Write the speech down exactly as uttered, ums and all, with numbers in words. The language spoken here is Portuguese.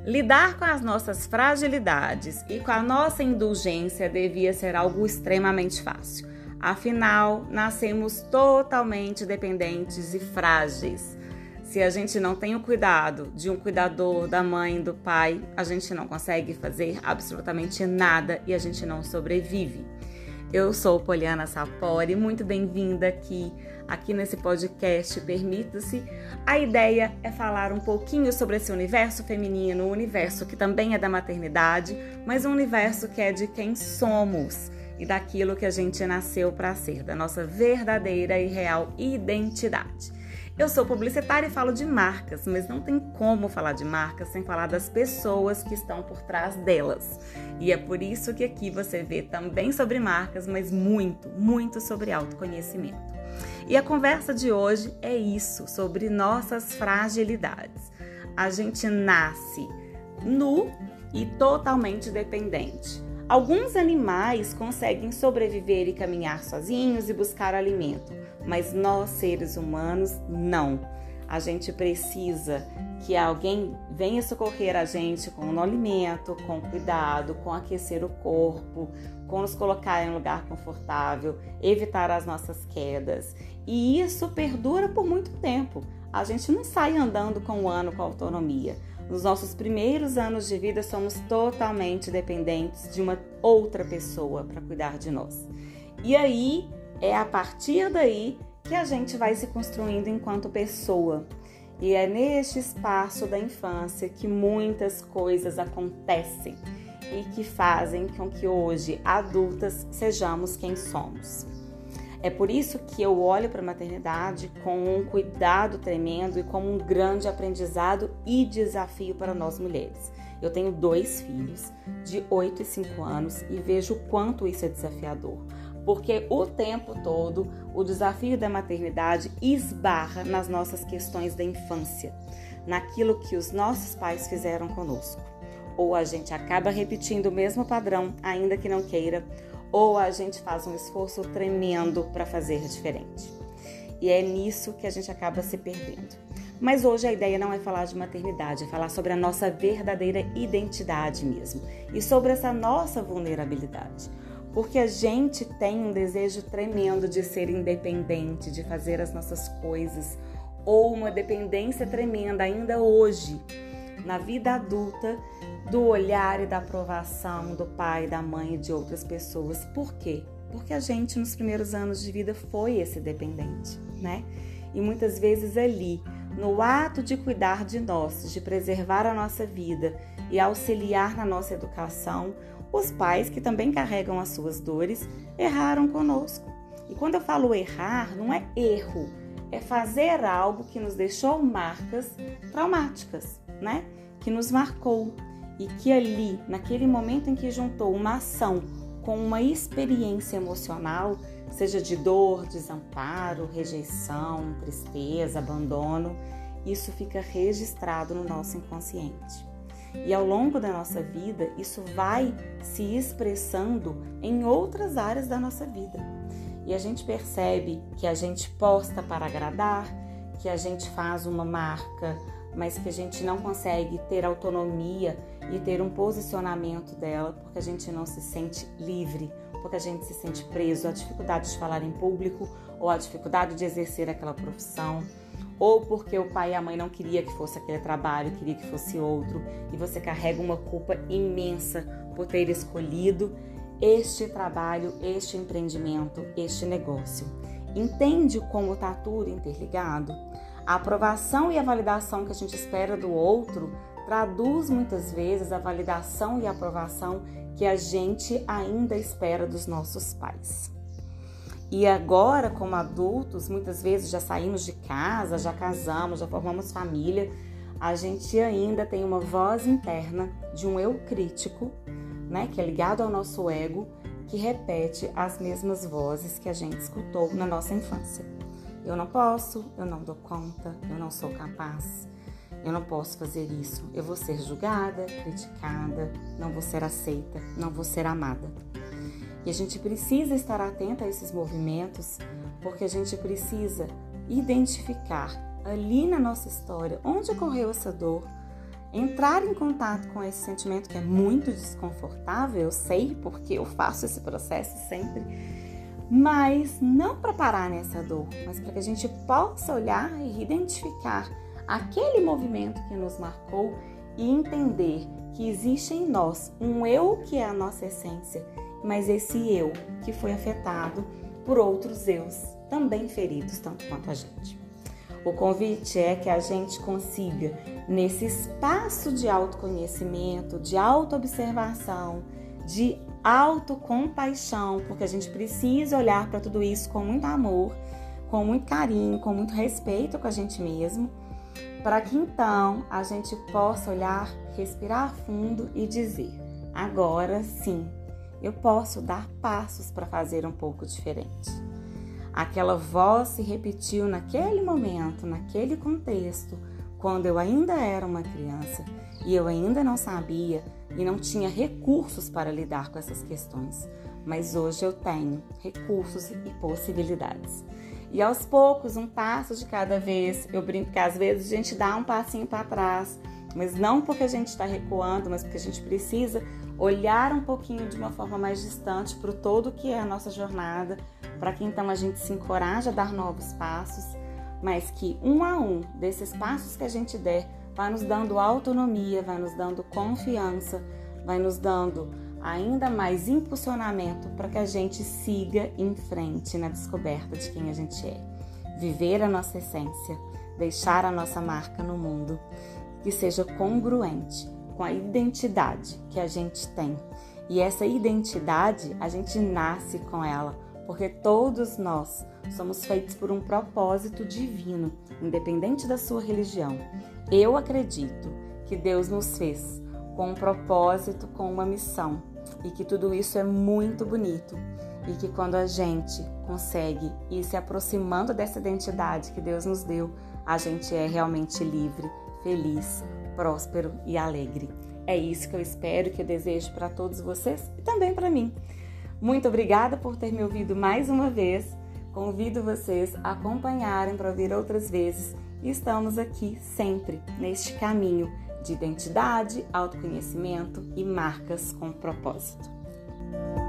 Lidar com as nossas fragilidades e com a nossa indulgência devia ser algo extremamente fácil. Afinal, nascemos totalmente dependentes e frágeis. Se a gente não tem o cuidado de um cuidador, da mãe, do pai, a gente não consegue fazer absolutamente nada e a gente não sobrevive. Eu sou Poliana Sapori, muito bem-vinda aqui, aqui nesse podcast Permita-se. A ideia é falar um pouquinho sobre esse universo feminino, um universo que também é da maternidade, mas um universo que é de quem somos e daquilo que a gente nasceu para ser, da nossa verdadeira e real identidade. Eu sou publicitária e falo de marcas, mas não tem como falar de marcas sem falar das pessoas que estão por trás delas. E é por isso que aqui você vê também sobre marcas, mas muito, muito sobre autoconhecimento. E a conversa de hoje é isso, sobre nossas fragilidades. A gente nasce nu e totalmente dependente. Alguns animais conseguem sobreviver e caminhar sozinhos e buscar alimento, mas nós, seres humanos, não. A gente precisa que alguém venha socorrer a gente com o alimento, com cuidado, com aquecer o corpo, com nos colocar em um lugar confortável, evitar as nossas quedas. E isso perdura por muito tempo. A gente não sai andando com um ano com autonomia. Nos nossos primeiros anos de vida, somos totalmente dependentes de uma outra pessoa para cuidar de nós. E aí, é a partir daí que a gente vai se construindo enquanto pessoa. E é neste espaço da infância que muitas coisas acontecem e que fazem com que hoje, adultas, sejamos quem somos. É por isso que eu olho para a maternidade com um cuidado tremendo e como um grande aprendizado e desafio para nós mulheres. Eu tenho dois filhos de oito e cinco anos e vejo o quanto isso é desafiador. Porque o tempo todo o desafio da maternidade esbarra nas nossas questões da infância, naquilo que os nossos pais fizeram conosco. Ou a gente acaba repetindo o mesmo padrão, ainda que não queira, ou a gente faz um esforço tremendo para fazer diferente. E é nisso que a gente acaba se perdendo. Mas hoje a ideia não é falar de maternidade, é falar sobre a nossa verdadeira identidade mesmo e sobre essa nossa vulnerabilidade. Porque a gente tem um desejo tremendo de ser independente, de fazer as nossas coisas, ou uma dependência tremenda ainda hoje, na vida adulta, do olhar e da aprovação do pai, da mãe e de outras pessoas. Por quê? Porque a gente, nos primeiros anos de vida, foi esse dependente, né? E muitas vezes ali, no ato de cuidar de nós, de preservar a nossa vida e auxiliar na nossa educação, os pais, que também carregam as suas dores, erraram conosco. E quando eu falo errar, não é erro, é fazer algo que nos deixou marcas traumáticas, né? Que nos marcou e que ali, naquele momento em que juntou uma ação com uma experiência emocional, seja de dor, desamparo, rejeição, tristeza, abandono, isso fica registrado no nosso inconsciente. E ao longo da nossa vida, isso vai se expressando em outras áreas da nossa vida. E a gente percebe que a gente posta para agradar, que a gente faz uma marca, mas que a gente não consegue ter autonomia e ter um posicionamento dela, porque a gente não se sente livre, porque a gente se sente preso à dificuldade de falar em público, ou à dificuldade de exercer aquela profissão, ou porque o pai e a mãe não queria que fosse aquele trabalho, queria que fosse outro, e você carrega uma culpa imensa por ter escolhido este trabalho, este empreendimento, este negócio. Entende como está tudo interligado? A aprovação e a validação que a gente espera do outro traduz muitas vezes a validação e a aprovação que a gente ainda espera dos nossos pais. E agora, como adultos, muitas vezes já saímos de casa, já casamos, já formamos família, a gente ainda tem uma voz interna de um eu crítico, né, que é ligado ao nosso ego, que repete as mesmas vozes que a gente escutou na nossa infância. Eu não posso, eu não dou conta, eu não sou capaz, eu não posso fazer isso, eu vou ser julgada, criticada, não vou ser aceita, não vou ser amada. E a gente precisa estar atenta a esses movimentos, porque a gente precisa identificar ali na nossa história onde ocorreu essa dor, entrar em contato com esse sentimento que é muito desconfortável, eu sei porque eu faço esse processo sempre, mas não para parar nessa dor, mas para que a gente possa olhar e identificar aquele movimento que nos marcou e entender que existe em nós um eu que é a nossa essência, mas esse eu que foi afetado por outros eus também feridos, tanto quanto a gente. O convite é que a gente consiga, nesse espaço de autoconhecimento, de autoobservação, de autocompaixão, porque a gente precisa olhar para tudo isso com muito amor, com muito carinho, com muito respeito com a gente mesmo, para que então a gente possa olhar, respirar fundo e dizer: agora sim, eu posso dar passos para fazer um pouco diferente. Aquela voz se repetiu naquele momento, naquele contexto, quando eu ainda era uma criança e eu ainda não sabia e não tinha recursos para lidar com essas questões. Mas hoje eu tenho recursos e possibilidades. E aos poucos, um passo de cada vez, eu brinco que às vezes a gente dá um passinho para trás, mas não porque a gente está recuando, mas porque a gente precisa olhar um pouquinho de uma forma mais distante para o todo que é a nossa jornada, para que então a gente se encoraje a dar novos passos, mas que um a um desses passos que a gente der vai nos dando autonomia, vai nos dando confiança, vai nos dando ainda mais impulsionamento para que a gente siga em frente na descoberta de quem a gente é. Viver a nossa essência, deixar a nossa marca no mundo, que seja congruente com a identidade que a gente tem. E essa identidade, a gente nasce com ela, porque todos nós somos feitos por um propósito divino, independente da sua religião. Eu acredito que Deus nos fez com um propósito, com uma missão, e que tudo isso é muito bonito, e que quando a gente consegue ir se aproximando dessa identidade que Deus nos deu, a gente é realmente livre, feliz, próspero e alegre. É isso que eu espero, que eu desejo para todos vocês e também para mim. Muito obrigada por ter me ouvido mais uma vez. Convido vocês a acompanharem para ouvir outras vezes. E estamos aqui sempre neste caminho de identidade, autoconhecimento e marcas com propósito.